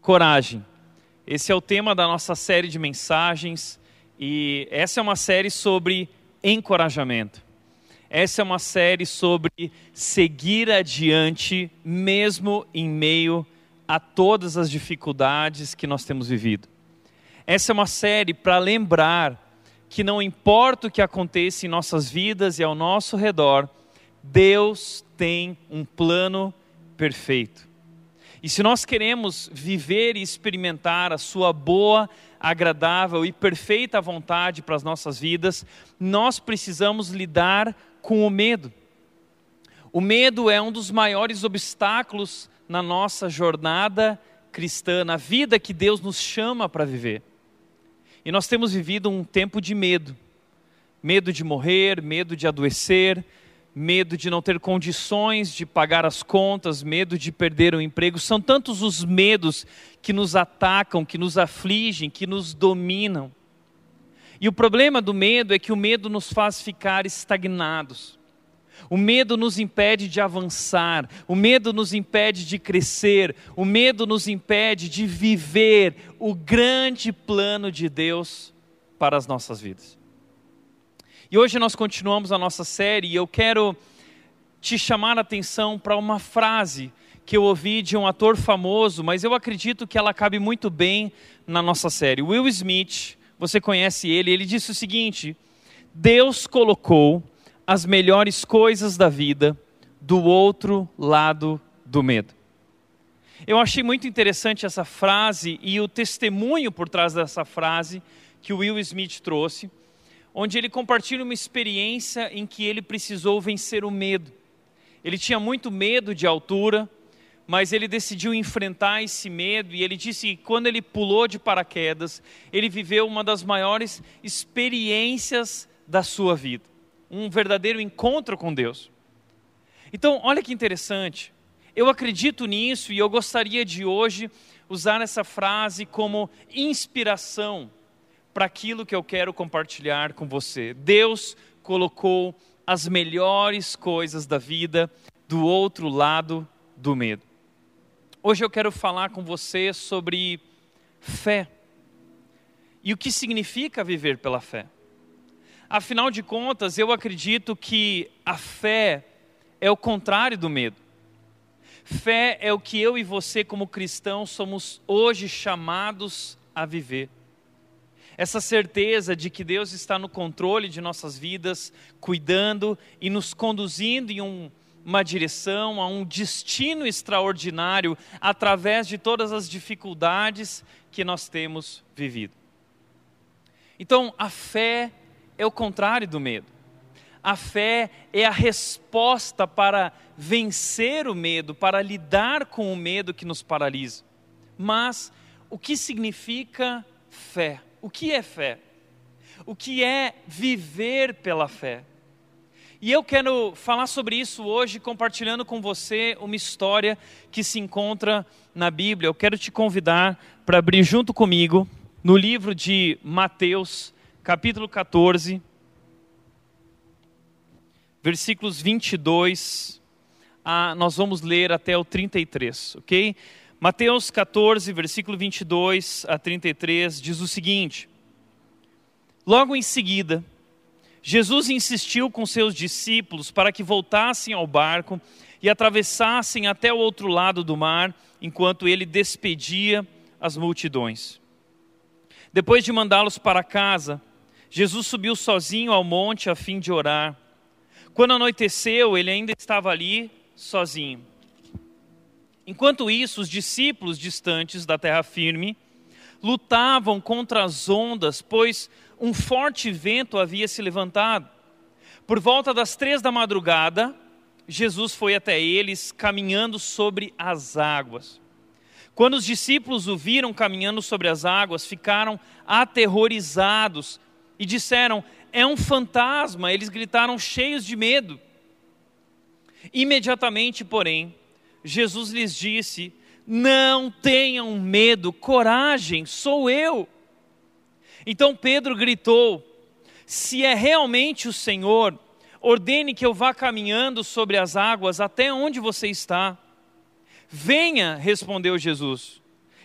coragem. Esse é o tema da nossa série de mensagens e essa é uma série sobre encorajamento. Essa é uma série sobre seguir adiante mesmo em meio a todas as dificuldades que nós temos vivido. Essa é uma série para lembrar que não importa o que aconteça em nossas vidas e ao nosso redor, Deus tem um plano perfeito. E se nós queremos viver e experimentar a sua boa, agradável e perfeita vontade para as nossas vidas, nós precisamos lidar com o medo. O medo é um dos maiores obstáculos na nossa jornada cristã, na vida que Deus nos chama para viver. E nós temos vivido um tempo de medo. Medo de morrer, medo de adoecer, medo de não ter condições de pagar as contas, medo de perder o emprego. São tantos os medos que nos atacam, que nos afligem, que nos dominam. E o problema do medo é que o medo nos faz ficar estagnados. O medo nos impede de avançar, o medo nos impede de crescer, o medo nos impede de viver o grande plano de Deus para as nossas vidas. E hoje nós continuamos a nossa série e eu quero te chamar a atenção para uma frase que eu ouvi de um ator famoso, mas eu acredito que ela cabe muito bem na nossa série. Will Smith, você conhece ele disse o seguinte: Deus colocou as melhores coisas da vida do outro lado do medo. Eu achei muito interessante essa frase e o testemunho por trás dessa frase que o Will Smith trouxe, onde ele compartilha uma experiência em que ele precisou vencer o medo. Ele tinha muito medo de altura, mas ele decidiu enfrentar esse medo e ele disse que quando ele pulou de paraquedas, ele viveu uma das maiores experiências da sua vida. Um verdadeiro encontro com Deus. Então, olha que interessante. Eu acredito nisso e eu gostaria de hoje usar essa frase como inspiração para aquilo que eu quero compartilhar com você. Deus colocou as melhores coisas da vida do outro lado do medo. Hoje eu quero falar com você sobre fé. E o que significa viver pela fé. Afinal de contas, eu acredito que a fé é o contrário do medo. Fé é o que eu e você como cristãos somos hoje chamados a viver. Essa certeza de que Deus está no controle de nossas vidas, cuidando e nos conduzindo em uma direção, a um destino extraordinário, através de todas as dificuldades que nós temos vivido. Então, a fé é o contrário do medo. A fé é a resposta para vencer o medo, para lidar com o medo que nos paralisa. Mas, o que significa fé? O que é fé? O que é viver pela fé? E eu quero falar sobre isso hoje, compartilhando com você uma história que se encontra na Bíblia. Eu quero te convidar para abrir junto comigo no livro de Mateus, capítulo 14, versículos 22, nós vamos ler até o 33, ok? Mateus 14, versículo 22 a 33, diz o seguinte: Logo em seguida, Jesus insistiu com seus discípulos para que voltassem ao barco e atravessassem até o outro lado do mar, enquanto ele despedia as multidões. Depois de mandá-los para casa, Jesus subiu sozinho ao monte a fim de orar. Quando anoiteceu, ele ainda estava ali sozinho. Enquanto isso, os discípulos distantes da terra firme lutavam contra as ondas, pois um forte vento havia se levantado. Por volta das 3 da madrugada, Jesus foi até eles caminhando sobre as águas. Quando os discípulos o viram caminhando sobre as águas, ficaram aterrorizados e disseram: é um fantasma. Eles gritaram cheios de medo. Imediatamente, porém, Jesus lhes disse: não tenham medo, coragem, sou eu. Então Pedro gritou: se é realmente o Senhor, ordene que eu vá caminhando sobre as águas até onde você está. Venha, respondeu Jesus.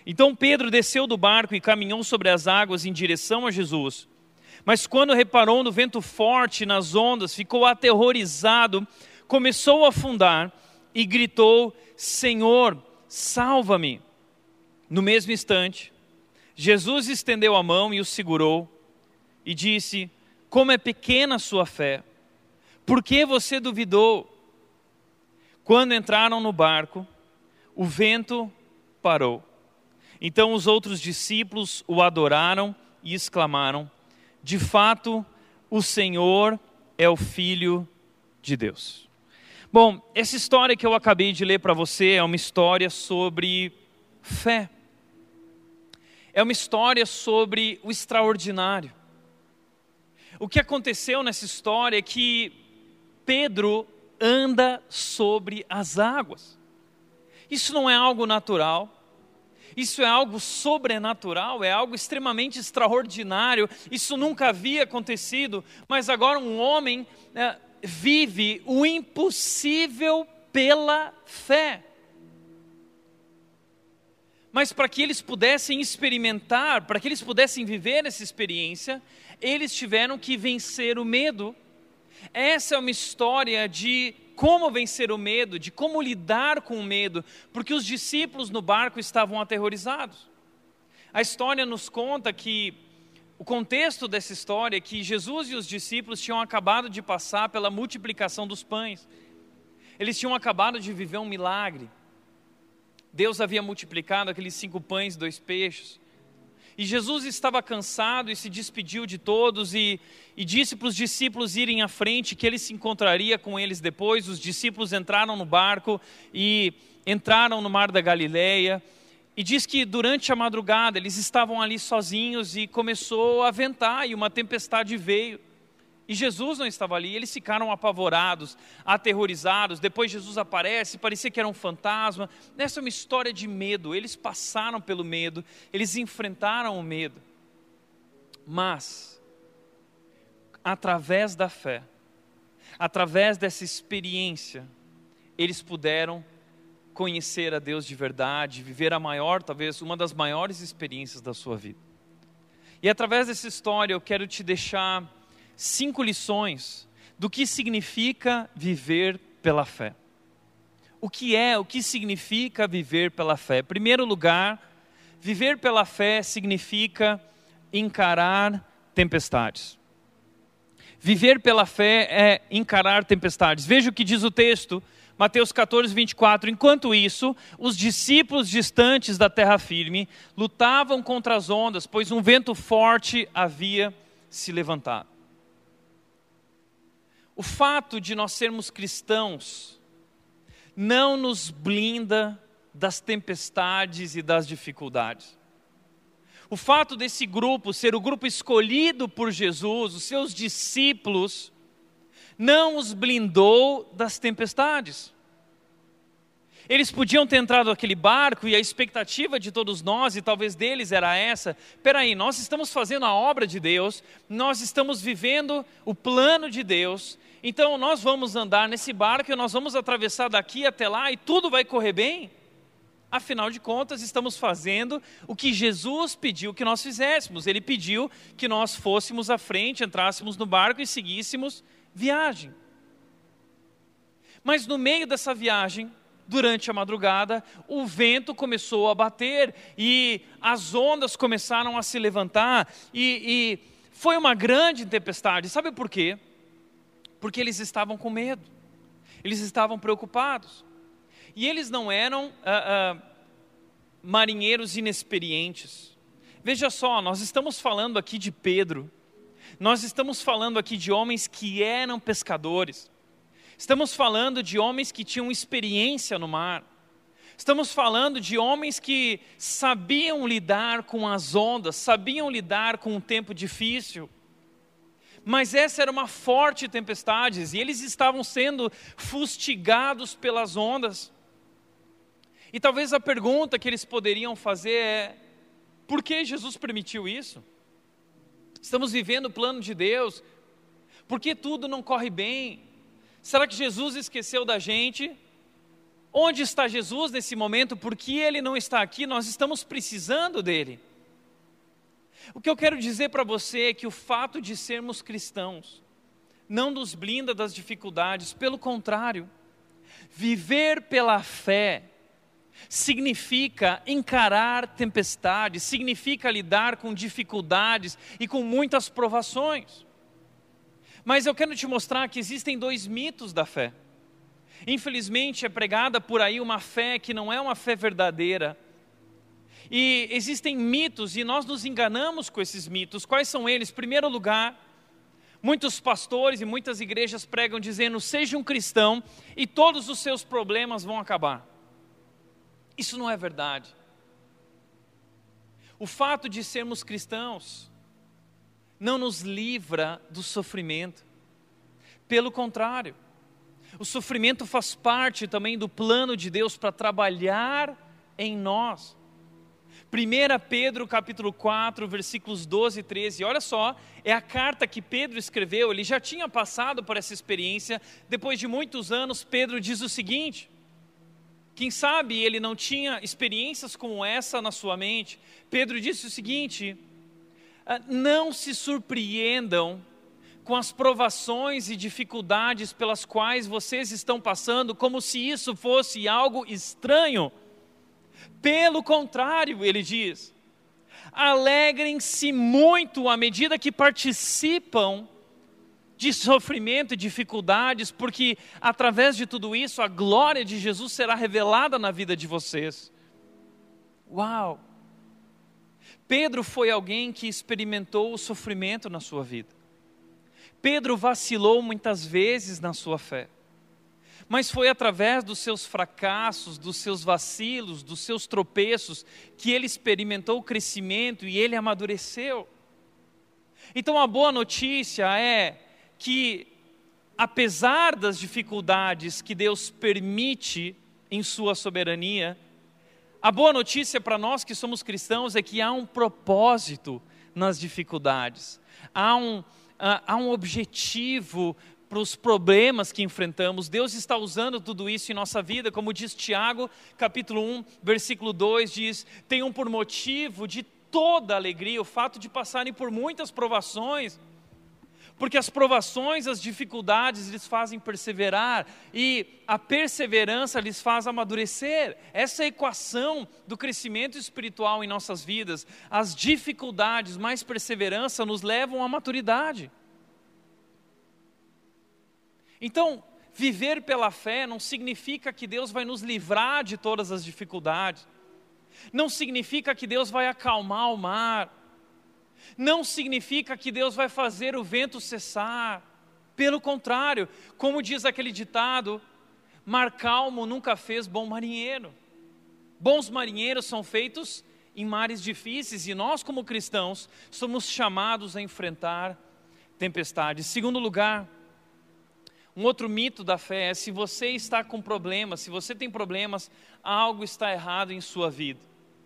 Então Pedro desceu do barco e caminhou sobre as águas em direção a Jesus. Mas quando reparou no vento forte e nas ondas, ficou aterrorizado, começou a afundar e gritou: Senhor, salva-me! No mesmo instante, Jesus estendeu a mão e o segurou e disse: como é pequena a sua fé, por que você duvidou? Quando entraram no barco, o vento parou. Então os outros discípulos o adoraram e exclamaram: de fato, o Senhor é o Filho de Deus. Bom, essa história que eu acabei de ler para você é uma história sobre fé. É uma história sobre o extraordinário. O que aconteceu nessa história é que Pedro anda sobre as águas. Isso não é algo natural. Isso é algo sobrenatural, é algo extremamente extraordinário. Isso nunca havia acontecido, mas agora um homem vive o impossível pela fé. Mas para que eles pudessem experimentar, para que eles pudessem viver essa experiência, eles tiveram que vencer o medo. Essa é uma história de como vencer o medo, de como lidar com o medo, porque os discípulos no barco estavam aterrorizados. A história nos conta que, o contexto dessa história é que Jesus e os discípulos tinham acabado de passar pela multiplicação dos pães. Eles tinham acabado de viver um milagre. Deus havia multiplicado aqueles 5 pães e 2 peixes. E Jesus estava cansado e se despediu de todos e disse para os discípulos irem à frente, que ele se encontraria com eles depois. Os discípulos entraram no barco e entraram no mar da Galileia. E diz que durante a madrugada eles estavam ali sozinhos e começou a ventar e uma tempestade veio. E Jesus não estava ali, eles ficaram apavorados, aterrorizados. Depois Jesus aparece, parecia que era um fantasma. Essa é uma história de medo, eles passaram pelo medo, eles enfrentaram o medo. Mas, através da fé, através dessa experiência, eles puderam conhecer a Deus de verdade, viver a maior, talvez uma das maiores experiências da sua vida. E através dessa história eu quero te deixar 5 lições do que significa viver pela fé. O que significa viver pela fé? Em primeiro lugar, viver pela fé significa encarar tempestades. Viver pela fé é encarar tempestades. Veja o que diz o texto, Mateus 14, 24. Enquanto isso, os discípulos distantes da terra firme lutavam contra as ondas, pois um vento forte havia se levantado. O fato de nós sermos cristãos não nos blinda das tempestades e das dificuldades. O fato desse grupo ser o grupo escolhido por Jesus, os seus discípulos, não os blindou das tempestades. Eles podiam ter entrado naquele barco e a expectativa de todos nós, e talvez deles era essa: peraí, nós estamos fazendo a obra de Deus, nós estamos vivendo o plano de Deus, então nós vamos andar nesse barco e nós vamos atravessar daqui até lá e tudo vai correr bem? Afinal de contas, estamos fazendo o que Jesus pediu que nós fizéssemos. Ele pediu que nós fôssemos à frente, entrássemos no barco e seguíssemos viagem. Mas no meio dessa viagem, durante a madrugada, o vento começou a bater e as ondas começaram a se levantar e foi uma grande tempestade. Sabe por quê? Porque eles estavam com medo, eles estavam preocupados. E eles não eram marinheiros inexperientes. Veja só, nós estamos falando aqui de Pedro, nós estamos falando aqui de homens que eram pescadores. Estamos falando de homens que tinham experiência no mar. Estamos falando de homens que sabiam lidar com as ondas, sabiam lidar com um tempo difícil. Mas essa era uma forte tempestade e eles estavam sendo fustigados pelas ondas. E talvez a pergunta que eles poderiam fazer é: por que Jesus permitiu isso? Estamos vivendo o plano de Deus, por que tudo não corre bem? Será que Jesus esqueceu da gente? Onde está Jesus nesse momento? Por que Ele não está aqui? Nós estamos precisando dEle. O que eu quero dizer para você é que o fato de sermos cristãos não nos blinda das dificuldades, pelo contrário, viver pela fé significa encarar tempestades, significa lidar com dificuldades e com muitas provações. Mas eu quero te mostrar que existem dois mitos da fé. Infelizmente é pregada por aí uma fé que não é uma fé verdadeira. E existem mitos e nós nos enganamos com esses mitos. Quais são eles? Em primeiro lugar, muitos pastores e muitas igrejas pregam dizendo: seja um cristão e todos os seus problemas vão acabar. Isso não é verdade. O fato de sermos cristãos não nos livra do sofrimento. Pelo contrário, o sofrimento faz parte também do plano de Deus para trabalhar em nós. 1 Pedro capítulo 4, versículos 12 e 13, olha só, é a carta que Pedro escreveu. Ele já tinha passado por essa experiência. Depois de muitos anos, Pedro diz o seguinte: quem sabe ele não tinha experiências como essa na sua mente. Pedro disse o seguinte: não se surpreendam com as provações e dificuldades pelas quais vocês estão passando, como se isso fosse algo estranho. Pelo contrário, ele diz, alegrem-se muito à medida que participam de sofrimento e dificuldades, porque através de tudo isso a glória de Jesus será revelada na vida de vocês. Uau! Pedro foi alguém que experimentou o sofrimento na sua vida. Pedro vacilou muitas vezes na sua fé. Mas foi através dos seus fracassos, dos seus vacilos, dos seus tropeços, que ele experimentou o crescimento e ele amadureceu. Então a boa notícia é que, apesar das dificuldades que Deus permite em sua soberania, a boa notícia para nós que somos cristãos é que há um propósito nas dificuldades, há um objetivo para os problemas que enfrentamos. Deus está usando tudo isso em nossa vida, como diz Tiago, capítulo 1, versículo 2, diz: tenham por motivo de toda alegria o fato de passarem por muitas provações, porque as provações, as dificuldades lhes fazem perseverar, e a perseverança lhes faz amadurecer. Essa é a equação do crescimento espiritual em nossas vidas. As dificuldades mais perseverança nos levam à maturidade. Então, viver pela fé não significa que Deus vai nos livrar de todas as dificuldades. Não significa que Deus vai acalmar o mar. Não significa que Deus vai fazer o vento cessar. Pelo contrário, como diz aquele ditado, mar calmo nunca fez bom marinheiro. Bons marinheiros são feitos em mares difíceis e nós, como cristãos, somos chamados a enfrentar tempestades. Segundo lugar, um outro mito da fé é: se você está com problemas, se você tem problemas, algo está errado em sua vida.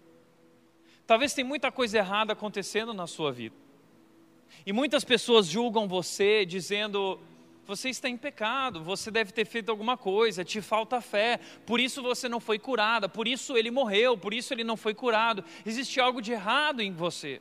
Talvez tenha muita coisa errada acontecendo na sua vida. E muitas pessoas julgam você dizendo: você está em pecado, você deve ter feito alguma coisa, te falta fé, por isso você não foi curada, por isso ele morreu, por isso ele não foi curado. Existe algo de errado em você.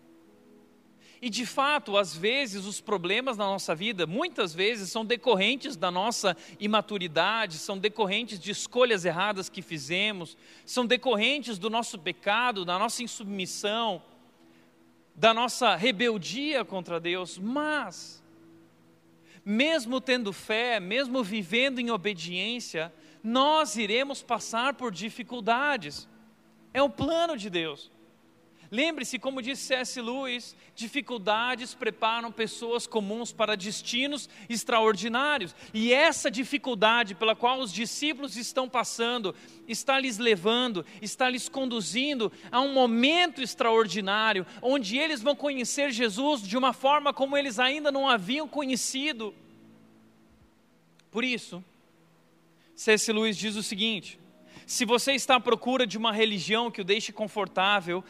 E de fato, às vezes, os problemas na nossa vida, muitas vezes, são decorrentes da nossa imaturidade, são decorrentes de escolhas erradas que fizemos, são decorrentes do nosso pecado, da nossa insubmissão, da nossa rebeldia contra Deus. Mas, mesmo tendo fé, mesmo vivendo em obediência, nós iremos passar por dificuldades. É o plano de Deus. Lembre-se, como disse C.S. Lewis, dificuldades preparam pessoas comuns para destinos extraordinários. E essa dificuldade pela qual os discípulos estão passando, está lhes levando, está lhes conduzindo a um momento extraordinário, onde eles vão conhecer Jesus de uma forma como eles ainda não haviam conhecido. Por isso, C.S. Lewis diz o seguinte: se você está à procura de uma religião que o deixe confortável,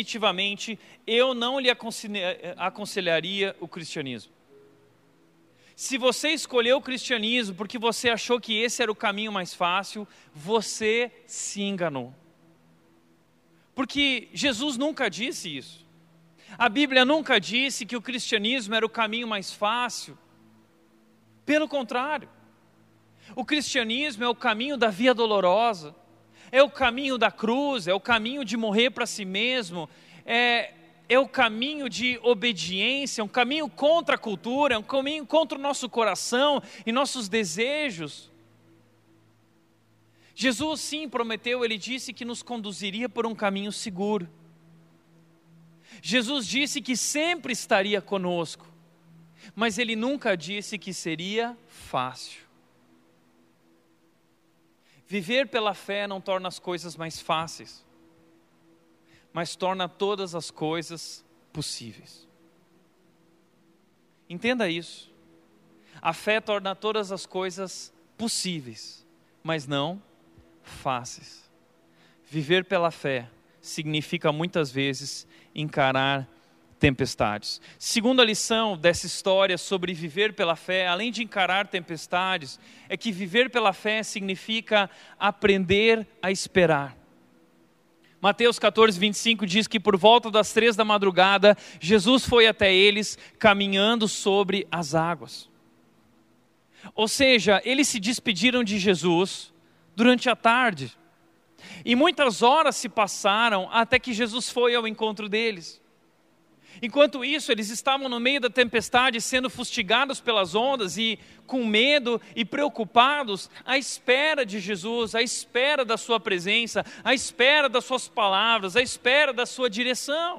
definitivamente eu não lhe aconselharia o cristianismo. Se você escolheu o cristianismo porque você achou que esse era o caminho mais fácil, você se enganou. Porque Jesus nunca disse isso. A Bíblia nunca disse que o cristianismo era o caminho mais fácil. Pelo contrário, o cristianismo é o caminho da via dolorosa, é o caminho da cruz, é o caminho de morrer para si mesmo, é o caminho de obediência, é um caminho contra a cultura, é um caminho contra o nosso coração e nossos desejos. Jesus sim prometeu, ele disse que nos conduziria por um caminho seguro. Jesus disse que sempre estaria conosco, mas ele nunca disse que seria fácil. Viver pela fé não torna as coisas mais fáceis, mas torna todas as coisas possíveis. Entenda isso. A fé torna todas as coisas possíveis, mas não fáceis. Viver pela fé significa muitas vezes encarar tempestades. Segunda lição dessa história sobre viver pela fé, além de encarar tempestades, é que viver pela fé significa aprender a esperar. Mateus 14, 25 diz que por volta das 3 da madrugada, Jesus foi até eles caminhando sobre as águas. Ou seja, eles se despediram de Jesus durante a tarde. E muitas horas se passaram até que Jesus foi ao encontro deles. Enquanto isso, eles estavam no meio da tempestade, sendo fustigados pelas ondas e com medo e preocupados, à espera de Jesus, à espera da sua presença, à espera das suas palavras, à espera da sua direção.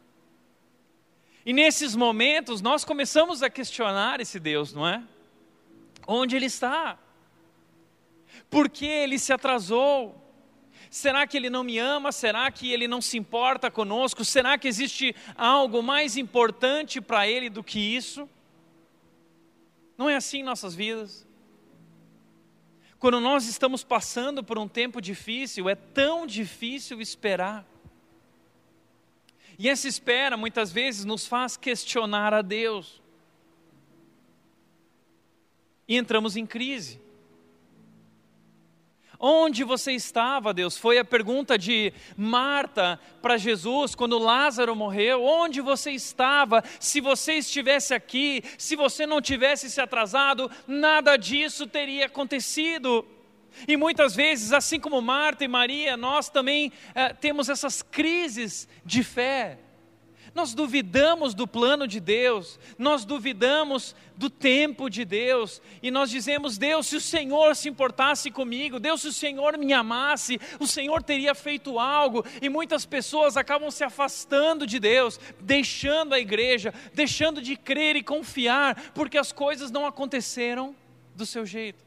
E nesses momentos, nós começamos a questionar esse Deus, não é? Onde Ele está? Por que Ele se atrasou? Será que Ele não me ama? Será que Ele não se importa conosco? Será que existe algo mais importante para Ele do que isso? Não é assim em nossas vidas? Quando nós estamos passando por um tempo difícil, é tão difícil esperar. E essa espera muitas vezes nos faz questionar a Deus. E entramos em crise. Onde você estava, Deus? Foi a pergunta de Marta para Jesus quando Lázaro morreu. Onde você estava? Se você estivesse aqui, se você não tivesse se atrasado, nada disso teria acontecido. E muitas vezes, assim como Marta e Maria, nós também temos essas crises de fé. Nós duvidamos do plano de Deus, nós duvidamos do tempo de Deus, e nós dizemos: Deus, se o Senhor se importasse comigo, Deus, se o Senhor me amasse, o Senhor teria feito algo. E muitas pessoas acabam se afastando de Deus, deixando a igreja, deixando de crer e confiar, porque as coisas não aconteceram do seu jeito.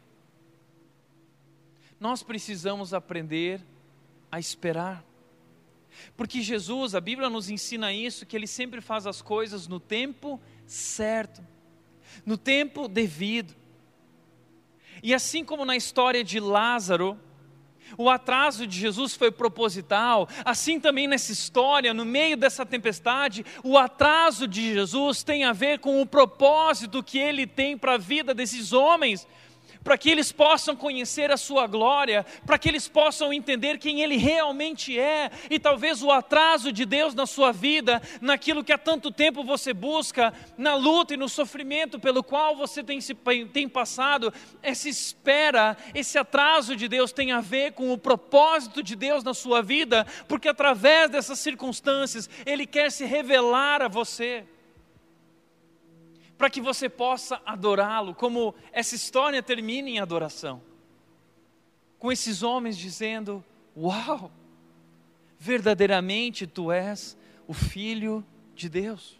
Nós precisamos aprender a esperar. Porque Jesus, a Bíblia nos ensina isso, que Ele sempre faz as coisas no tempo certo, no tempo devido. E assim como na história de Lázaro, o atraso de Jesus foi proposital, assim também nessa história, no meio dessa tempestade, o atraso de Jesus tem a ver com o propósito que Ele tem para a vida desses homens, para que eles possam conhecer a sua glória, para que eles possam entender quem Ele realmente é. E talvez o atraso de Deus na sua vida, naquilo que há tanto tempo você busca, na luta e no sofrimento pelo qual você tem passado, essa espera, esse atraso de Deus tem a ver com o propósito de Deus na sua vida, porque através dessas circunstâncias, Ele quer se revelar a você, para que você possa adorá-lo, como essa história termina em adoração, com esses homens dizendo: uau, verdadeiramente Tu és o Filho de Deus.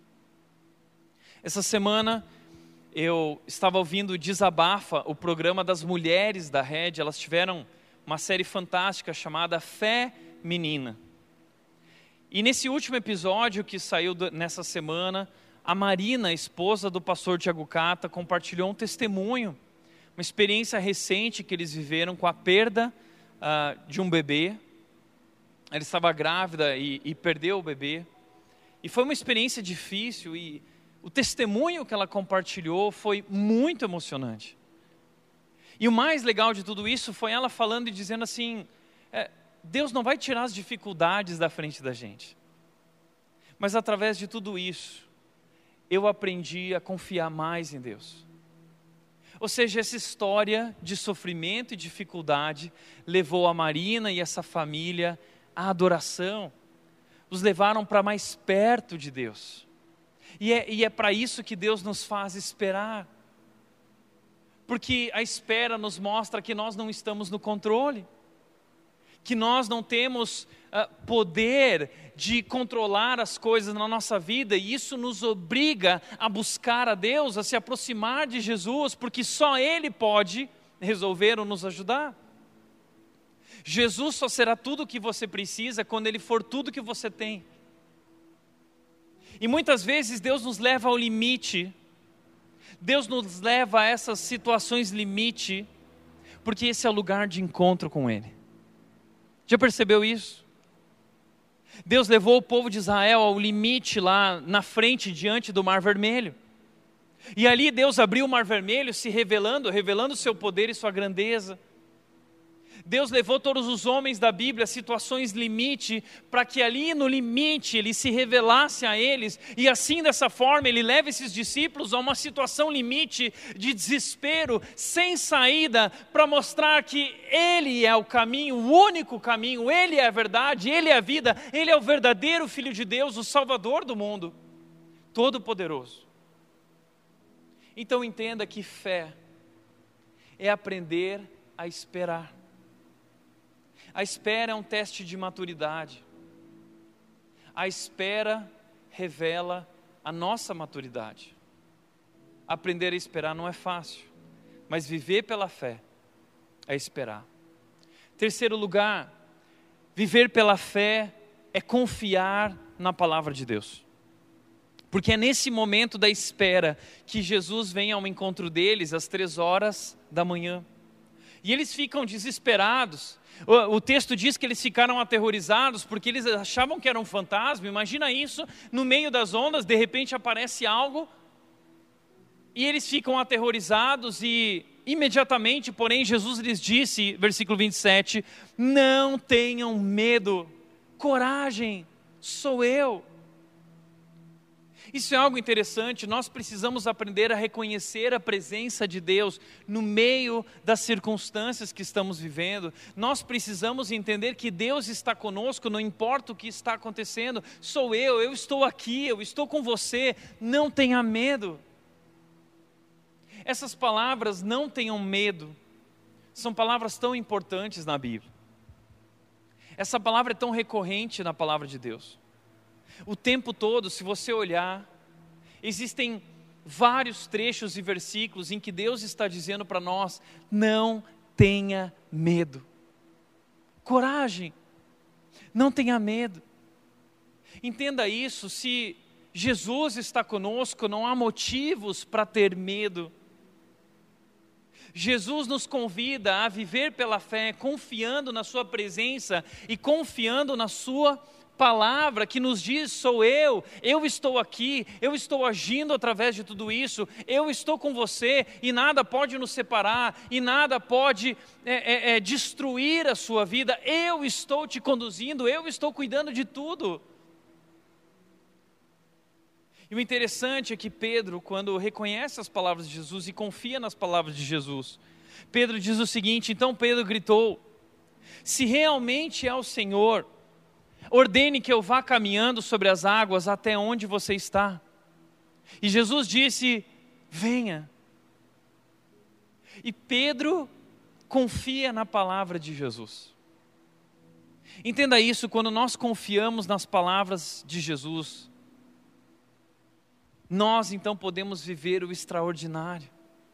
Essa semana eu estava ouvindo o Desabafa, o programa das mulheres da Rede. Elas tiveram uma série fantástica chamada Fé Menina. E nesse último episódio que saiu nessa semana, a Marina, esposa do pastor Tiago Cata, compartilhou um testemunho, uma experiência recente que eles viveram com a perda de um bebê. Ela estava grávida e perdeu o bebê. E foi uma experiência difícil, e O testemunho que ela compartilhou foi muito emocionante. E o mais legal de tudo isso foi ela falando e dizendo assim, Deus não vai tirar as dificuldades da frente da gente. Mas através de tudo isso, eu aprendi a confiar mais em Deus. Ou seja, essa história de sofrimento e dificuldade levou a Marina e essa família à adoração. Os levaram para mais perto de Deus. E é para isso que Deus nos faz esperar. Porque a espera nos mostra que nós não estamos no controle. Que nós não temos poder de controlar as coisas na nossa vida. E isso nos obriga a buscar a Deus, a se aproximar de Jesus. Porque só Ele pode resolver ou nos ajudar. Jesus só será tudo o que você precisa quando Ele for tudo que você tem. E muitas vezes Deus nos leva ao limite. Deus nos leva a essas situações limite, porque esse é o lugar de encontro com Ele. Já percebeu isso? Deus levou o povo de Israel ao limite lá na frente, diante do Mar Vermelho. E ali Deus abriu o Mar Vermelho, se revelando o seu poder e sua grandeza. Deus levou todos os homens da Bíblia a situações limite, para que ali no limite Ele se revelasse a eles, e assim dessa forma Ele leva esses discípulos a uma situação limite de desespero, sem saída, para mostrar que Ele é o caminho, o único caminho, Ele é a verdade, Ele é a vida, Ele é o verdadeiro Filho de Deus, o Salvador do mundo, Todo-Poderoso. Então entenda que fé é aprender a esperar. A espera é um teste de maturidade. A espera revela a nossa maturidade. Aprender a esperar não é fácil, mas viver pela fé é esperar. Terceiro lugar, viver pela fé é confiar na palavra de Deus. Porque é nesse momento da espera que Jesus vem ao encontro deles às 3h. E eles ficam desesperados. O texto diz que eles ficaram aterrorizados porque eles achavam que era um fantasma. Imagina isso, no meio das ondas, de repente aparece algo e eles ficam aterrorizados e imediatamente, porém, Jesus lhes disse, versículo 27, não tenham medo, coragem, sou eu. Isso é algo interessante, nós precisamos aprender a reconhecer a presença de Deus no meio das circunstâncias que estamos vivendo. Nós precisamos entender que Deus está conosco, não importa o que está acontecendo. Sou eu estou aqui, eu estou com você, não tenha medo. Essas palavras, não tenham medo, são palavras tão importantes na Bíblia. Essa palavra é tão recorrente na palavra de Deus. O tempo todo, se você olhar, existem vários trechos e versículos em que Deus está dizendo para nós, não tenha medo. Coragem, não tenha medo. Entenda isso, se Jesus está conosco, não há motivos para ter medo. Jesus nos convida a viver pela fé, confiando na sua presença e confiando na sua palavra que nos diz, sou eu estou aqui, eu estou agindo através de tudo isso, eu estou com você e nada pode nos separar e nada pode destruir a sua vida, eu estou te conduzindo, eu estou cuidando de tudo. E o interessante é que Pedro, quando reconhece as palavras de Jesus e confia nas palavras de Jesus, Pedro diz o seguinte, então Pedro gritou, se realmente é o Senhor, ordene que eu vá caminhando sobre as águas até onde você está. E Jesus disse, venha. E Pedro confia na palavra de Jesus. Entenda isso, quando nós confiamos nas palavras de Jesus, nós então podemos viver o extraordinário.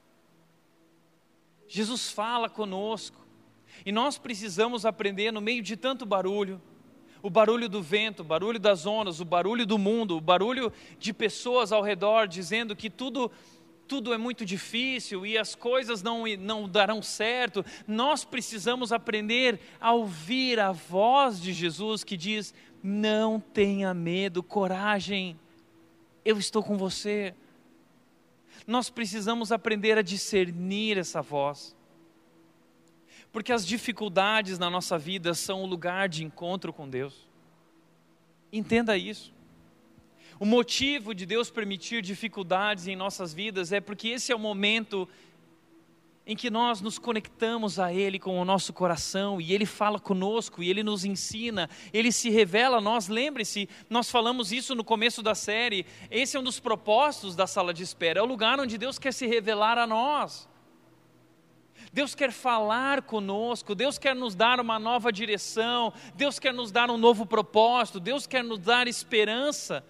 Jesus fala conosco, e nós precisamos aprender no meio de tanto barulho, o barulho do vento, o barulho das ondas, o barulho do mundo, o barulho de pessoas ao redor dizendo que tudo é muito difícil e as coisas não darão certo. Nós precisamos aprender a ouvir a voz de Jesus que diz, não tenha medo, coragem. eu estou com você. Nós precisamos aprender a discernir essa voz. Porque as dificuldades na nossa vida são o lugar de encontro com Deus. Entenda isso. O motivo de Deus permitir dificuldades em nossas vidas é porque esse é o momento em que nós nos conectamos a Ele com o nosso coração, e Ele fala conosco, e Ele nos ensina, Ele se revela a nós. Lembre-se, nós falamos isso no começo da série, esse é um dos propósitos da sala de espera, é o lugar onde Deus quer se revelar a nós. Deus quer falar conosco, Deus quer nos dar uma nova direção, Deus quer nos dar um novo propósito, Deus quer nos dar esperança.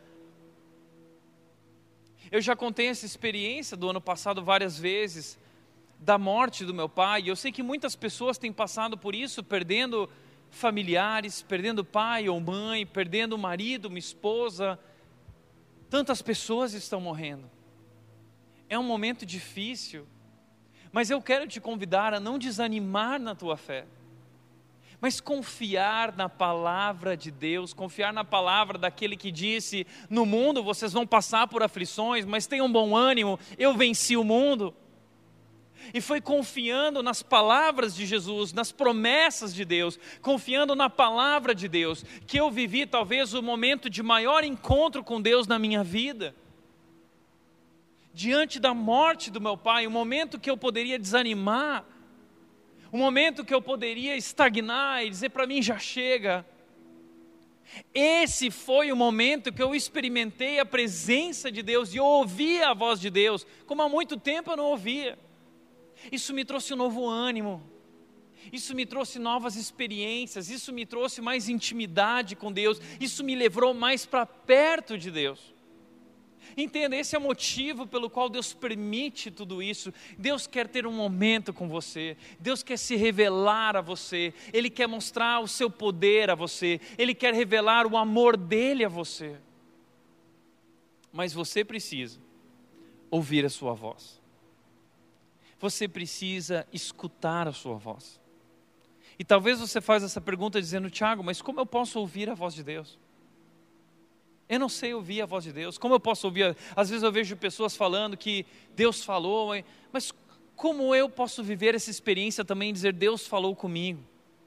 Eu já contei essa experiência do ano passado várias vezes, da morte do meu pai, e eu sei que muitas pessoas têm passado por isso, perdendo familiares, perdendo pai ou mãe, perdendo marido, uma esposa. Tantas pessoas estão morrendo. É um momento difícil, mas eu quero te convidar a não desanimar na tua fé, mas confiar na palavra de Deus, confiar na palavra daquele que disse: no mundo vocês vão passar por aflições, mas tenham bom ânimo, eu venci o mundo. E foi confiando nas palavras de Jesus, nas promessas de Deus, confiando na palavra de Deus, que eu vivi talvez o momento de maior encontro com Deus na minha vida. Diante da morte do meu pai, o momento que eu poderia desanimar, o momento que eu poderia estagnar e dizer para mim: já chega. Esse foi o momento que eu experimentei a presença de Deus e eu ouvi a voz de Deus, como há muito tempo eu não ouvia. Isso me trouxe um novo ânimo, isso me trouxe novas experiências, isso me trouxe mais intimidade com Deus, isso me levou mais para perto de Deus. Entenda, esse é o motivo pelo qual Deus permite tudo isso. Deus quer ter um momento com você, Deus quer se revelar a você, Ele quer mostrar o seu poder a você, Ele quer revelar o amor dEle a você. Mas você precisa ouvir a sua voz. Você precisa escutar a sua voz. E talvez você faça essa pergunta dizendo: Tiago, mas como eu posso ouvir a voz de Deus? Eu não sei ouvir a voz de Deus. Como eu posso ouvir? Às vezes eu vejo pessoas falando que Deus falou, mas como eu posso viver essa experiência também e dizer: Deus falou comigo?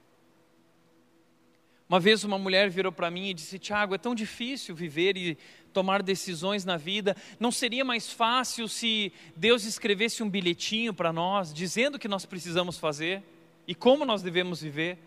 Uma vez uma mulher virou para mim e disse: Tiago, é tão difícil viver e tomar decisões na vida, não seria mais fácil se Deus escrevesse um bilhetinho para nós, dizendo o que nós precisamos fazer e como nós devemos viver?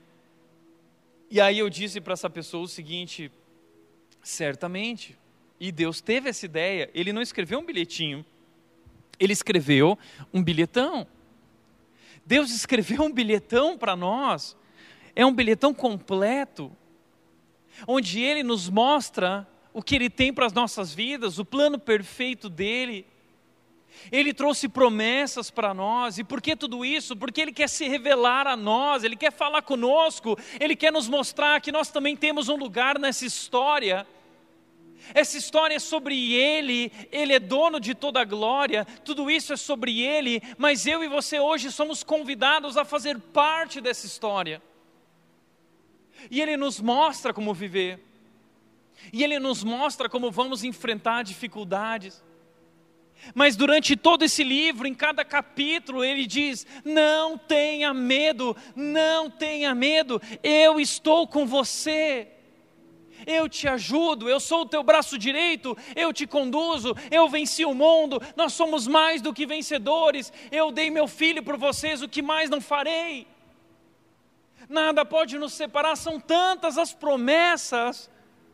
E aí eu disse para essa pessoa o seguinte: certamente, e Deus teve essa ideia, Ele não escreveu um bilhetinho, Ele escreveu um bilhetão. Deus escreveu um bilhetão para nós, é um bilhetão completo, onde Ele nos mostra o que Ele tem para as nossas vidas, o plano perfeito dEle. Ele trouxe promessas para nós. E por que tudo isso? Porque Ele quer se revelar a nós, Ele quer falar conosco, Ele quer nos mostrar que nós também temos um lugar nessa história. Essa história é sobre Ele, Ele é dono de toda a glória, tudo isso é sobre Ele, mas eu e você hoje somos convidados a fazer parte dessa história. E Ele nos mostra como viver. E Ele nos mostra como vamos enfrentar dificuldades. Mas durante todo esse livro, em cada capítulo, Ele diz: não tenha medo, não tenha medo, eu estou com você. Eu te ajudo, eu sou o teu braço direito, eu te conduzo, eu venci o mundo, nós somos mais do que vencedores, eu dei meu filho por vocês, o que mais não farei? Nada pode nos separar, são tantas as promessas.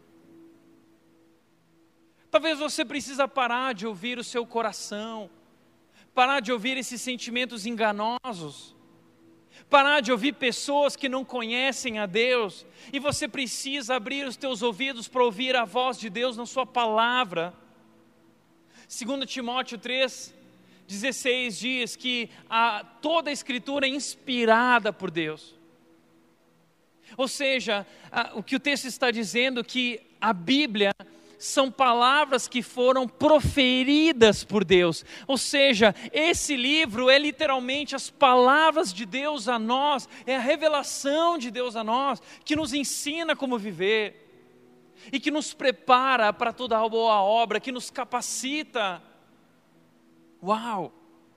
Talvez você precisa parar de ouvir o seu coração, parar de ouvir esses sentimentos enganosos, parar de ouvir pessoas que não conhecem a Deus, e você precisa abrir os teus ouvidos para ouvir a voz de Deus na sua palavra. 2 Timóteo 3,16 diz que toda a Escritura é inspirada por Deus. Ou seja, o que o texto está dizendo é que a Bíblia são palavras que foram proferidas por Deus. Ou seja, esse livro é literalmente as palavras de Deus a nós, é a revelação de Deus a nós, que nos ensina como viver. e que nos prepara para toda a boa obra, que nos capacita. Uau!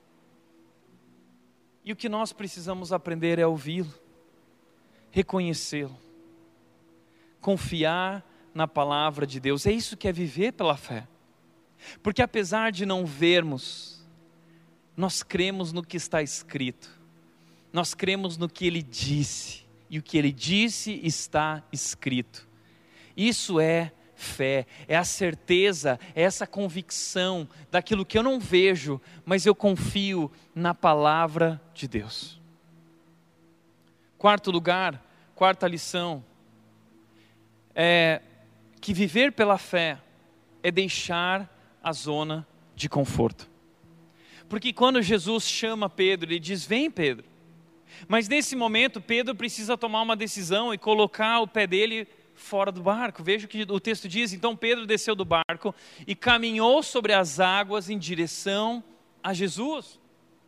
E o que nós precisamos aprender é ouvi-lo, reconhecê-lo, confiar na palavra de Deus. É isso que é viver pela fé. Porque apesar de não vermos, nós cremos no que está escrito. Nós cremos no que Ele disse. E o que Ele disse está escrito. Isso é fé, é a certeza, é essa convicção daquilo que eu não vejo, mas eu confio na palavra de Deus. Quarto lugar, quarta lição, é que viver pela fé é deixar a zona de conforto. Porque quando Jesus chama Pedro, Ele diz: vem, Pedro. Mas nesse momento Pedro precisa tomar uma decisão e colocar o pé dele fora do barco. Veja o que o texto diz: então Pedro desceu do barco e caminhou sobre as águas em direção a Jesus.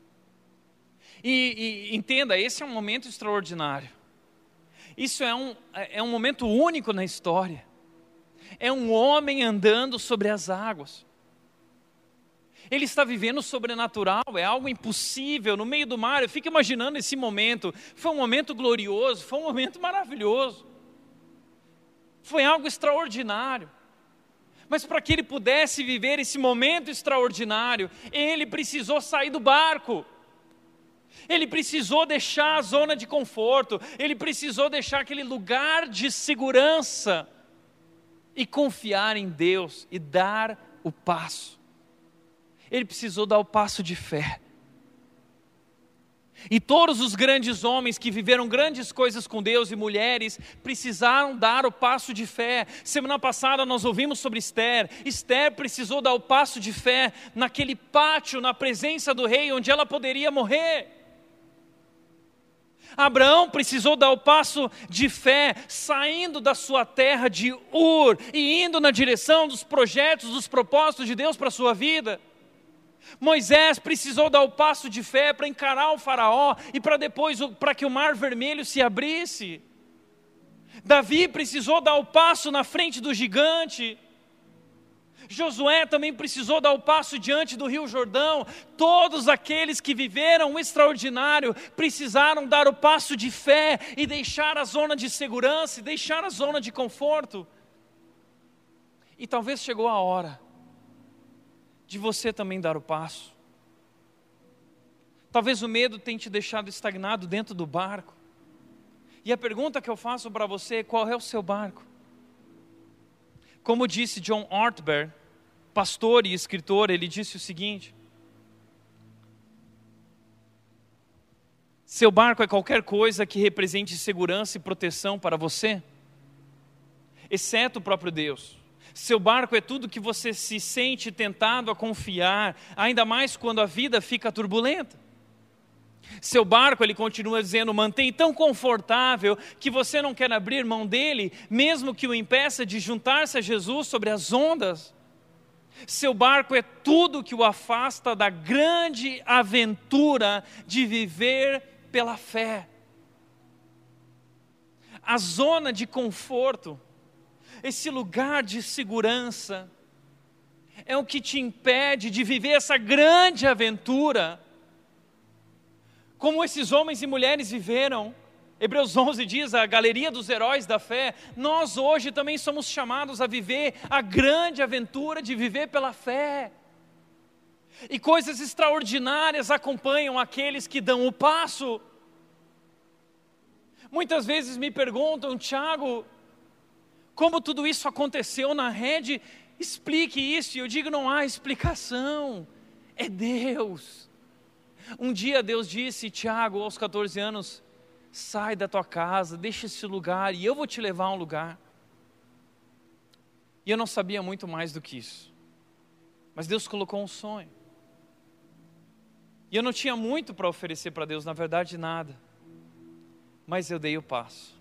E entenda, esse é um momento extraordinário. Isso é um momento único na história. É um homem andando sobre as águas. Ele está vivendo o sobrenatural, é algo impossível no meio do mar. Eu fico imaginando esse momento. Foi um momento glorioso, foi um momento maravilhoso. Foi algo extraordinário. Mas para que ele pudesse viver esse momento extraordinário, ele precisou sair do barco. Ele precisou deixar a zona de conforto. Ele precisou deixar aquele lugar de segurança e confiar em Deus e dar o passo. Ele precisou dar o passo de fé. E todos os grandes homens que viveram grandes coisas com Deus e mulheres precisaram dar o passo de fé. Semana passada nós ouvimos sobre Esther. Esther precisou dar o passo de fé naquele pátio, na presença do rei, onde ela poderia morrer. Abraão precisou dar o passo de fé, saindo da sua terra de Ur e indo na direção dos projetos, dos propósitos de Deus para a sua vida. Moisés precisou dar o passo de fé para encarar o faraó e para que o mar vermelho se abrisse. Davi precisou dar o passo na frente do gigante. Josué também precisou dar o passo diante do rio Jordão. Todos aqueles que viveram o extraordinário precisaram dar o passo de fé e deixar a zona de segurança e deixar a zona de conforto. E talvez chegou a hora de você também dar o passo. Talvez o medo tenha te deixado estagnado dentro do barco. E a pergunta que eu faço para você é: qual é o seu barco? Como disse John Ortberg, pastor e escritor, ele disse o seguinte: seu barco é qualquer coisa que represente segurança e proteção para você, exceto o próprio Deus. Seu barco é tudo que você se sente tentado a confiar, ainda mais quando a vida fica turbulenta. Seu barco, ele continua dizendo, mantém tão confortável que você não quer abrir mão dele, mesmo que o impeça de juntar-se a Jesus sobre as ondas. Seu barco é tudo que o afasta da grande aventura de viver pela fé. A zona de conforto, esse lugar de segurança, é o que te impede de viver essa grande aventura, como esses homens e mulheres viveram. Hebreus 11 diz, a galeria dos heróis da fé. Nós hoje também somos chamados a viver a grande aventura de viver pela fé. E coisas extraordinárias acompanham aqueles que dão o passo. Muitas vezes me perguntam, Tiago, como tudo isso aconteceu na rede? Explique isso. E eu digo, não há explicação. É Deus. Um dia Deus disse, Tiago, aos 14 anos, sai da tua casa, deixa esse lugar e eu vou te levar a um lugar. E eu não sabia muito mais do que isso. Mas Deus colocou um sonho. E eu não tinha muito para oferecer para Deus, na verdade nada. Mas eu dei o passo.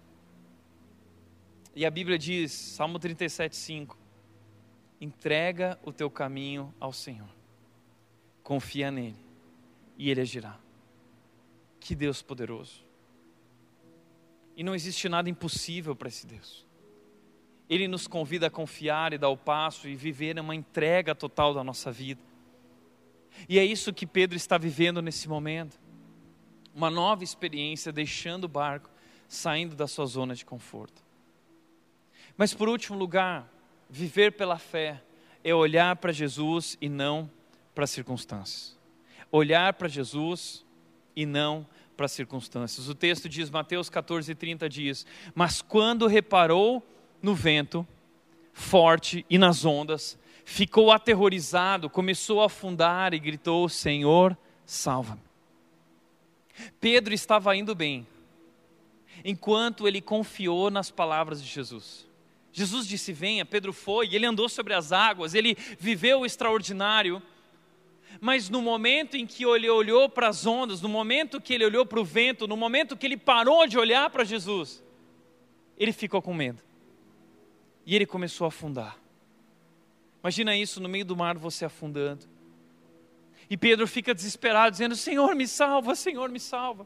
E a Bíblia diz, Salmo 37:5, entrega o teu caminho ao Senhor, confia nele e ele agirá. Que Deus poderoso. E não existe nada impossível para esse Deus. Ele nos convida a confiar e dar o passo e viver uma entrega total da nossa vida. E é isso que Pedro está vivendo nesse momento. Uma nova experiência, deixando o barco, saindo da sua zona de conforto. Mas por último lugar, viver pela fé é olhar para Jesus e não para as circunstâncias. Olhar para Jesus e não para as circunstâncias. O texto diz, Mateus 14:30 diz, mas quando reparou no vento forte e nas ondas, ficou aterrorizado, começou a afundar e gritou, Senhor, salva-me. Pedro estava indo bem, enquanto ele confiou nas palavras de Jesus. Jesus disse, venha, Pedro foi, e ele andou sobre as águas, ele viveu o extraordinário. Mas no momento em que ele olhou para as ondas, no momento que ele olhou para o vento, no momento que ele parou de olhar para Jesus, ele ficou com medo. E ele começou a afundar. Imagina isso, no meio do mar você afundando. E Pedro fica desesperado, dizendo, Senhor me salva, Senhor me salva.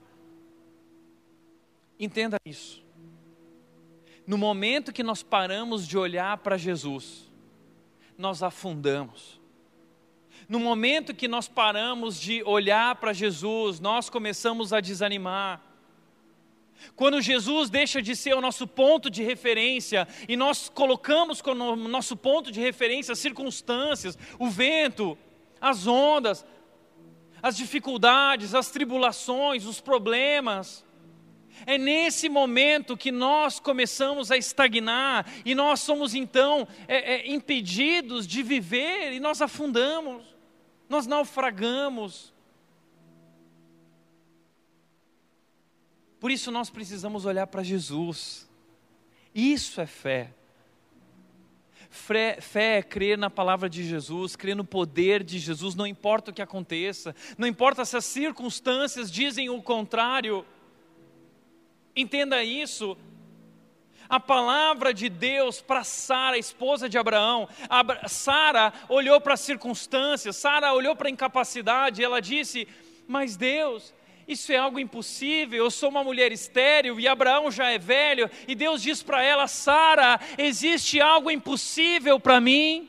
Entenda isso. No momento que nós paramos de olhar para Jesus, nós afundamos. No momento que nós paramos de olhar para Jesus, nós começamos a desanimar. Quando Jesus deixa de ser o nosso ponto de referência e nós colocamos como nosso ponto de referência as circunstâncias, o vento, as ondas, as dificuldades, as tribulações, os problemas, é nesse momento que nós começamos a estagnar e nós somos então impedidos de viver e nós afundamos, nós naufragamos. Por isso nós precisamos olhar para Jesus. Isso é fé. Fé é crer na palavra de Jesus, crer no poder de Jesus, não importa o que aconteça, não importa se as circunstâncias dizem o contrário. Entenda isso. A palavra de Deus para Sara, esposa de Abraão, Sara olhou para as circunstâncias, Sara olhou para a incapacidade, e ela disse, mas Deus, isso é algo impossível, eu sou uma mulher estéril e Abraão já é velho, e Deus diz para ela, Sara, existe algo impossível para mim?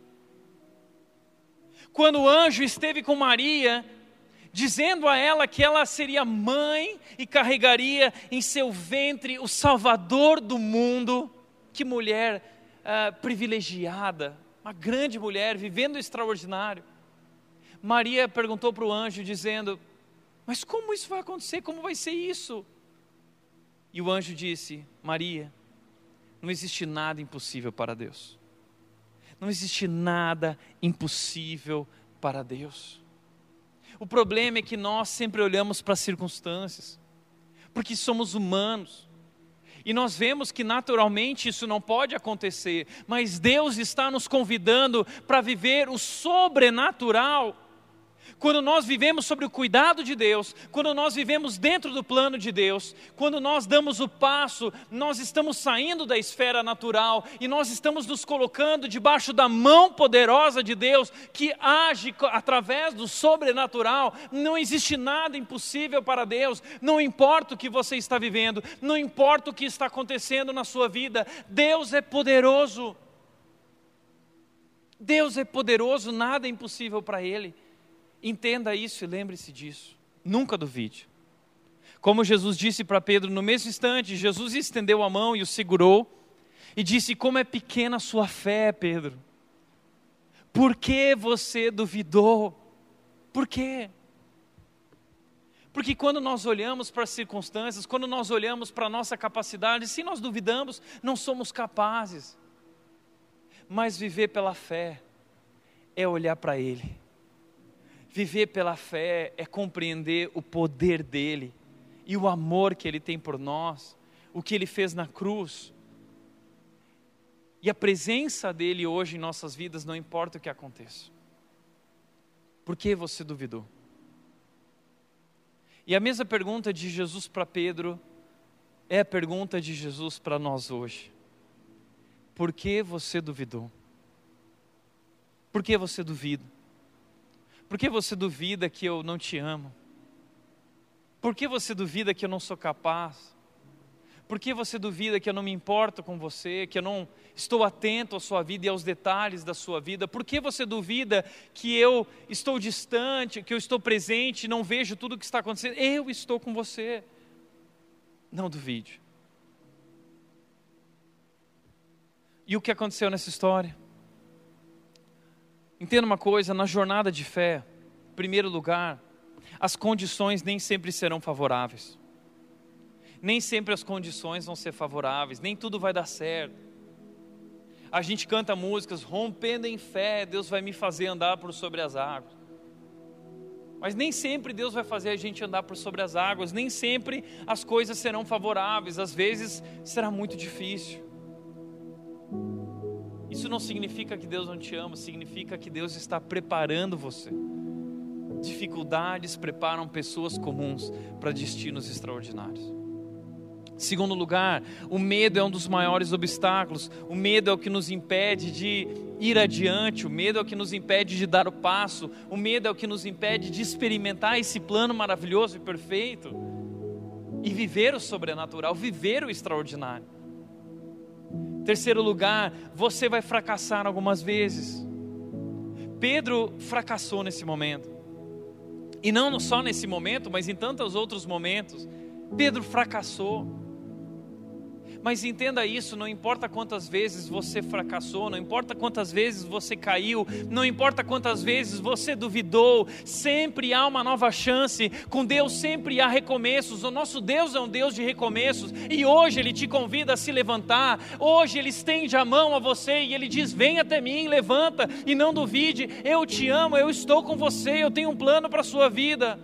Quando o anjo esteve com Maria, dizendo a ela que ela seria mãe e carregaria em seu ventre o Salvador do mundo, que mulher privilegiada, uma grande mulher, vivendo o extraordinário. Maria perguntou para o anjo, dizendo, mas como isso vai acontecer? Como vai ser isso? E o anjo disse, Maria, não existe nada impossível para Deus. Não existe nada impossível para Deus. O problema é que nós sempre olhamos para as circunstâncias, porque somos humanos. E nós vemos que naturalmente isso não pode acontecer, mas Deus está nos convidando para viver o sobrenatural. Quando nós vivemos sobre o cuidado de Deus, quando nós vivemos dentro do plano de Deus, quando nós damos o passo, nós estamos saindo da esfera natural e nós estamos nos colocando debaixo da mão poderosa de Deus, que age através do sobrenatural. Não existe nada impossível para Deus, não importa o que você está vivendo, não importa o que está acontecendo na sua vida, Deus é poderoso. Deus é poderoso, nada é impossível para Ele. Entenda isso e lembre-se disso, nunca duvide. Como Jesus disse para Pedro, no mesmo instante, Jesus estendeu a mão e o segurou, e disse, como é pequena a sua fé, Pedro. Por que você duvidou? Por quê? Porque quando nós olhamos para as circunstâncias, quando nós olhamos para a nossa capacidade, se nós duvidamos, não somos capazes. Mas viver pela fé é olhar para Ele. Viver pela fé é compreender o poder dEle e o amor que Ele tem por nós, o que Ele fez na cruz. E a presença dEle hoje em nossas vidas, não importa o que aconteça. Por que você duvidou? E a mesma pergunta de Jesus para Pedro é a pergunta de Jesus para nós hoje. Por que você duvidou? Por que você duvida? Por que você duvida que eu não te amo? Por que você duvida que eu não sou capaz? Por que você duvida que eu não me importo com você, que eu não estou atento à sua vida e aos detalhes da sua vida? Por que você duvida que eu estou distante, que eu estou presente e não vejo tudo o que está acontecendo? Eu estou com você. Não duvide. E o que aconteceu nessa história? Entenda uma coisa, na jornada de fé, em primeiro lugar, as condições nem sempre serão favoráveis. Nem sempre as condições vão ser favoráveis, nem tudo vai dar certo. A gente canta músicas, rompendo em fé, Deus vai me fazer andar por sobre as águas. Mas nem sempre Deus vai fazer a gente andar por sobre as águas, nem sempre as coisas serão favoráveis, às vezes será muito difícil. Isso não significa que Deus não te ama, significa que Deus está preparando você. Dificuldades preparam pessoas comuns para destinos extraordinários. Segundo lugar, o medo é um dos maiores obstáculos. O medo é o que nos impede de ir adiante. O medo é o que nos impede de dar o passo. O medo é o que nos impede de experimentar esse plano maravilhoso e perfeito e viver o sobrenatural, viver o extraordinário. Terceiro lugar, você vai fracassar algumas vezes. Pedro fracassou nesse momento. E não só nesse momento, mas em tantos outros momentos. Pedro fracassou. Mas entenda isso, não importa quantas vezes você fracassou, não importa quantas vezes você caiu, não importa quantas vezes você duvidou, sempre há uma nova chance. Com Deus sempre há recomeços. O nosso Deus é um Deus de recomeços, e hoje Ele te convida a se levantar. Hoje Ele estende a mão a você e Ele diz: vem até mim, levanta e não duvide, eu te amo, eu estou com você, eu tenho um plano para a sua vida.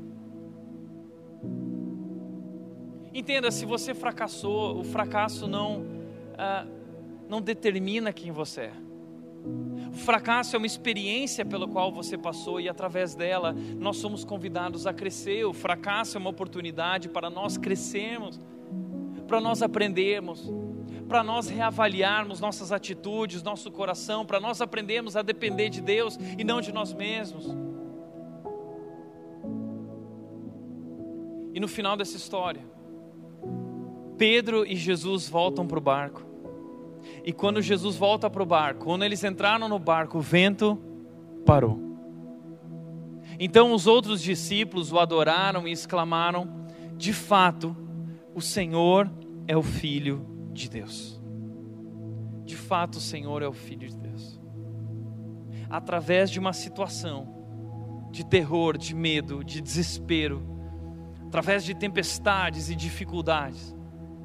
Entenda, se você fracassou, o fracasso não determina quem você é. O fracasso é uma experiência pela qual você passou e através dela nós somos convidados a crescer. O fracasso é uma oportunidade para nós crescermos, para nós aprendermos, para nós reavaliarmos nossas atitudes, nosso coração, para nós aprendermos a depender de Deus e não de nós mesmos. E no final dessa história, Pedro e Jesus voltam para o barco. E quando Jesus volta para o barco, quando eles entraram no barco, o vento parou. Então os outros discípulos o adoraram e exclamaram: de fato, o Senhor é o Filho de Deus. De fato, o Senhor é o Filho de Deus. Através de uma situação de terror, de medo, de desespero, através de tempestades e dificuldades,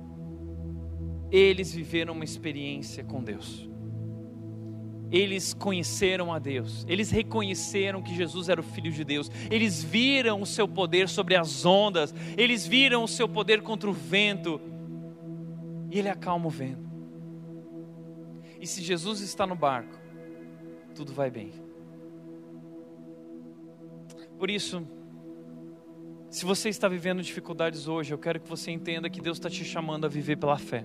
eles viveram uma experiência com Deus. Eles conheceram a Deus. Eles reconheceram que Jesus era o Filho de Deus. Eles viram o seu poder sobre as ondas. Eles viram o seu poder contra o vento. E Ele acalma o vento. E se Jesus está no barco, tudo vai bem. Por isso, se você está vivendo dificuldades hoje, eu quero que você entenda que Deus está te chamando a viver pela fé.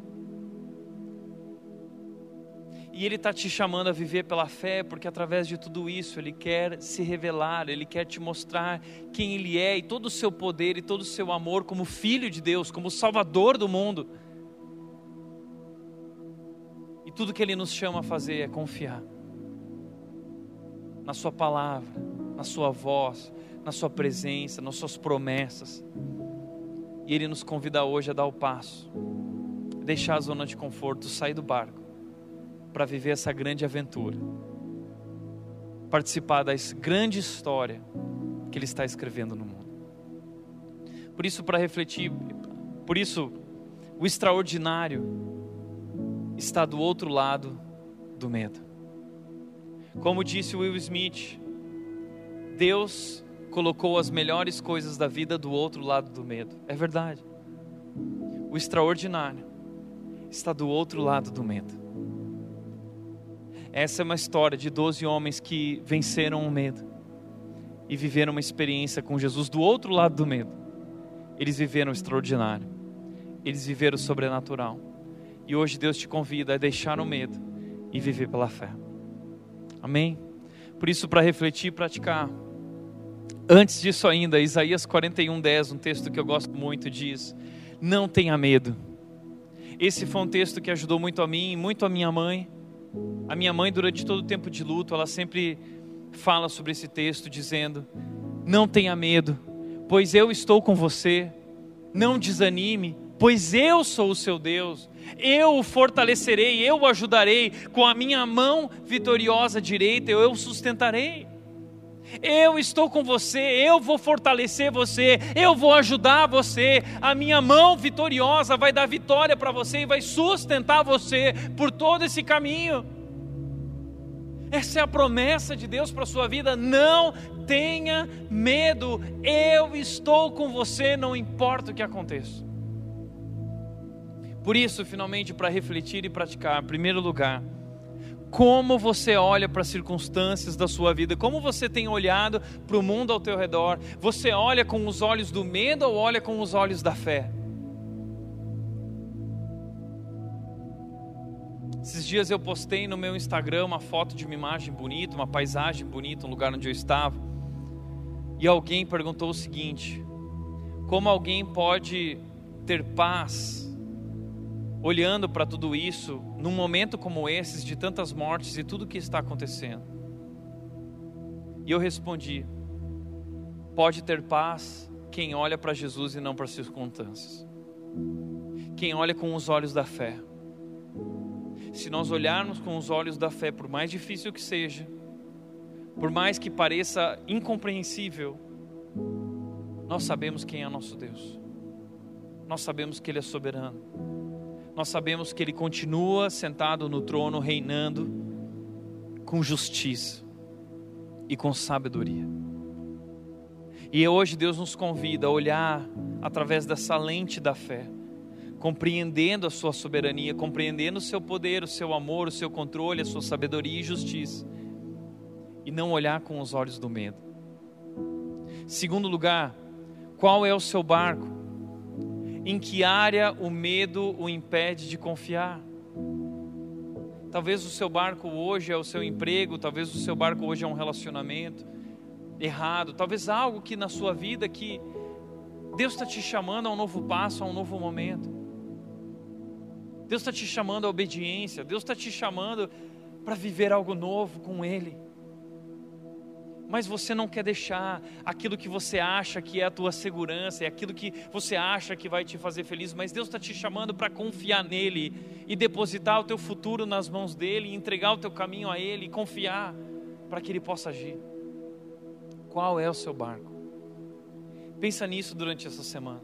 E Ele está te chamando a viver pela fé, porque através de tudo isso Ele quer se revelar, Ele quer te mostrar quem Ele é, e todo o seu poder e todo o seu amor como Filho de Deus, como Salvador do mundo. E tudo que Ele nos chama a fazer é confiar na Sua palavra, na Sua voz, na Sua presença, nas Suas promessas. E Ele nos convida hoje a dar o passo, deixar a zona de conforto, sair do barco, para viver essa grande aventura, participar da grande história que Ele está escrevendo no mundo. Por isso, para refletir, por isso, o extraordinário está do outro lado do medo. Como disse Will Smith, Deus colocou as melhores coisas da vida do outro lado do medo. É verdade. O extraordinário está do outro lado do medo. Essa é uma história de 12 homens que venceram o medo e viveram uma experiência com Jesus do outro lado do medo. Eles viveram o extraordinário, eles viveram o sobrenatural. E hoje Deus te convida a deixar o medo e viver pela fé. Amém? Por isso, para refletir e praticar, antes disso ainda, Isaías 41:10, um texto que eu gosto muito, diz: não tenha medo. Esse foi um texto que ajudou muito a mim, muito a minha mãe. A minha mãe, durante todo o tempo de luto, ela sempre fala sobre esse texto, dizendo: não tenha medo, pois eu estou com você. Não desanime, pois eu sou o seu Deus. Eu o fortalecerei, eu o ajudarei. Com a minha mão vitoriosa direita eu o sustentarei. Eu estou com você, eu vou fortalecer você, eu vou ajudar você. A minha mão vitoriosa vai dar vitória para você e vai sustentar você por todo esse caminho. Essa é a promessa de Deus para a sua vida. Não tenha medo, eu estou com você, não importa o que aconteça. Por isso, finalmente, para refletir e praticar, em primeiro lugar, como você olha para as circunstâncias da sua vida, como você tem olhado para o mundo ao teu redor. Você olha com os olhos do medo ou olha com os olhos da fé? Esses dias eu postei no meu Instagram uma foto de uma imagem bonita, uma paisagem bonita, um lugar onde eu estava. E alguém perguntou o seguinte: como alguém pode ter paz olhando para tudo isso, num momento como esse, de tantas mortes e tudo que está acontecendo? E eu respondi: pode ter paz quem olha para Jesus e não para as circunstâncias. Quem olha com os olhos da fé. Se nós olharmos com os olhos da fé, por mais difícil que seja, por mais que pareça incompreensível, nós sabemos quem é nosso Deus. Nós sabemos que Ele é soberano. Nós sabemos que Ele continua sentado no trono, reinando com justiça e com sabedoria. E hoje Deus nos convida a olhar através dessa lente da fé, compreendendo a sua soberania, compreendendo o seu poder, o seu amor, o seu controle, a sua sabedoria e justiça, e não olhar com os olhos do medo. Segundo lugar, qual é o seu barco? Em que área o medo o impede de confiar? Talvez o seu barco hoje é o seu emprego, talvez o seu barco hoje é um relacionamento errado, talvez algo que na sua vida que Deus está te chamando a um novo passo, a um novo momento. Deus está te chamando à obediência, Deus está te chamando para viver algo novo com Ele. Mas você não quer deixar aquilo que você acha que é a tua segurança, é aquilo que você acha que vai te fazer feliz, mas Deus está te chamando para confiar nele e depositar o teu futuro nas mãos dele, e entregar o teu caminho a ele e confiar para que ele possa agir. Qual é o seu barco? Pensa nisso durante essa semana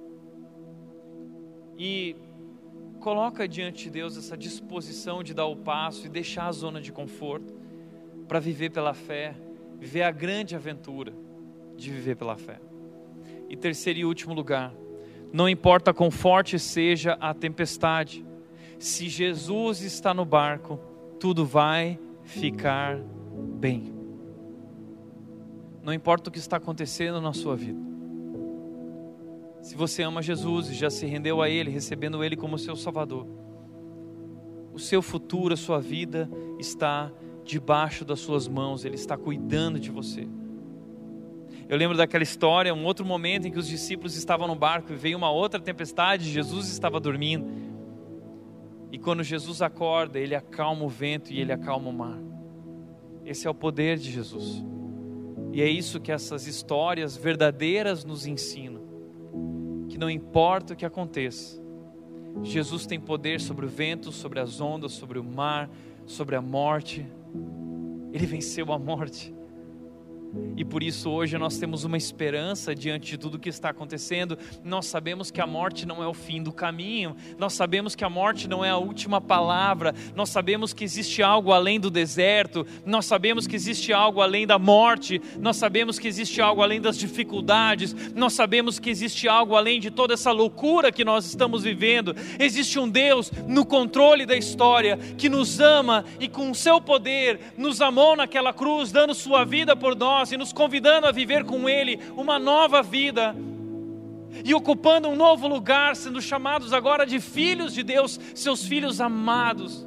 e coloca diante de Deus essa disposição de dar o passo e deixar a zona de conforto para viver pela fé, viver a grande aventura de viver pela fé. E terceiro e último lugar, não importa quão forte seja a tempestade, se Jesus está no barco, tudo vai ficar bem. Não importa o que está acontecendo na sua vida. Se você ama Jesus e já se rendeu a Ele, recebendo Ele como seu Salvador, o seu futuro, a sua vida está debaixo das suas mãos. Ele está cuidando de você. Eu lembro daquela história, um outro momento em que os discípulos estavam no barco e veio uma outra tempestade, Jesus estava dormindo. E quando Jesus acorda, Ele acalma o vento e Ele acalma o mar. Esse é o poder de Jesus. E é isso que essas histórias verdadeiras nos ensinam. Que não importa o que aconteça, Jesus tem poder sobre o vento, sobre as ondas, sobre o mar, sobre a morte. Ele venceu a morte. E por isso hoje nós temos uma esperança diante de tudo que está acontecendo. Nós sabemos que a morte não é o fim do caminho. Nós sabemos que a morte não é a última palavra. Nós sabemos que existe algo além do deserto. Nós sabemos que existe algo além da morte. Nós sabemos que existe algo além das dificuldades. Nós sabemos que existe algo além de toda essa loucura que nós estamos vivendo. Existe um Deus no controle da história, que nos ama e com o seu poder nos amou naquela cruz, dando sua vida por nós e nos convidando a viver com Ele uma nova vida e ocupando um novo lugar, sendo chamados agora de filhos de Deus, seus filhos amados.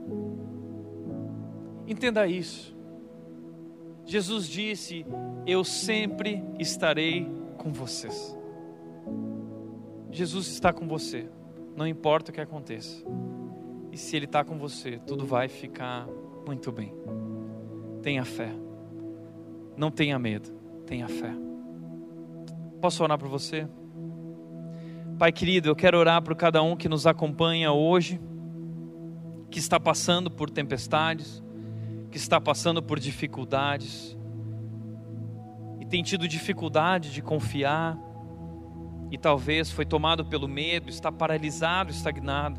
Entenda isso. Jesus disse: eu sempre estarei com vocês. Jesus está com você, não importa o que aconteça. E se Ele está com você, tudo vai ficar muito bem. Tenha fé. Não tenha medo, tenha fé. Posso orar por você? Pai querido, eu quero orar por cada um que nos acompanha hoje, que está passando por tempestades, que está passando por dificuldades, e tem tido dificuldade de confiar, e talvez foi tomado pelo medo, está paralisado, estagnado.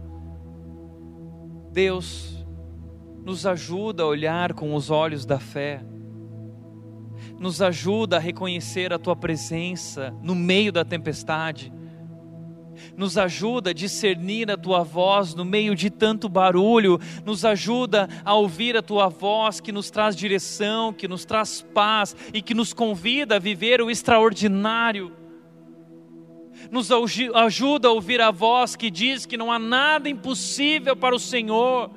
Deus, nos ajuda a olhar com os olhos da fé, nos ajuda a reconhecer a Tua presença no meio da tempestade, nos ajuda a discernir a Tua voz no meio de tanto barulho, nos ajuda a ouvir a Tua voz que nos traz direção, que nos traz paz e que nos convida a viver o extraordinário. Nos ajuda a ouvir a voz que diz que não há nada impossível para o Senhor.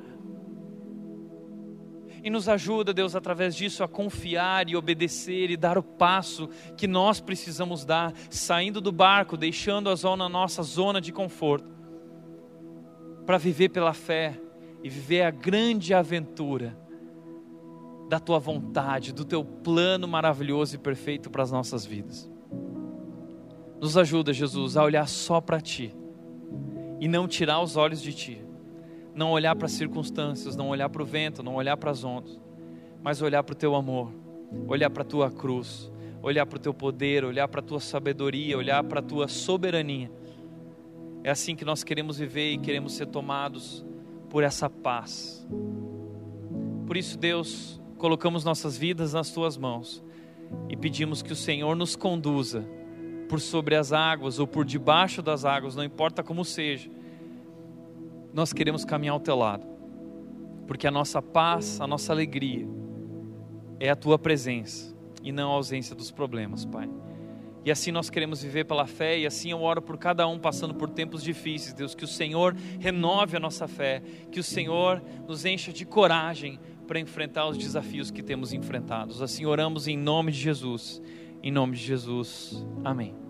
E nos ajuda, Deus, através disso a confiar e obedecer e dar o passo que nós precisamos dar, saindo do barco, deixando a nossa zona de conforto, para viver pela fé e viver a grande aventura da Tua vontade, do Teu plano maravilhoso e perfeito para as nossas vidas. Nos ajuda, Jesus, a olhar só para Ti e não tirar os olhos de Ti. Não olhar para as circunstâncias, não olhar para o vento, não olhar para as ondas, mas olhar para o Teu amor, olhar para a Tua cruz, olhar para o Teu poder, olhar para a Tua sabedoria, olhar para a Tua soberania. É assim que nós queremos viver e queremos ser tomados por essa paz. Por isso, Deus, colocamos nossas vidas nas Tuas mãos e pedimos que o Senhor nos conduza por sobre as águas ou por debaixo das águas, não importa como seja. Nós queremos caminhar ao Teu lado, porque a nossa paz, a nossa alegria é a Tua presença e não a ausência dos problemas, Pai. E assim nós queremos viver pela fé, e assim eu oro por cada um passando por tempos difíceis, Deus, que o Senhor renove a nossa fé, que o Senhor nos encha de coragem para enfrentar os desafios que temos enfrentados. Assim oramos em nome de Jesus, amém.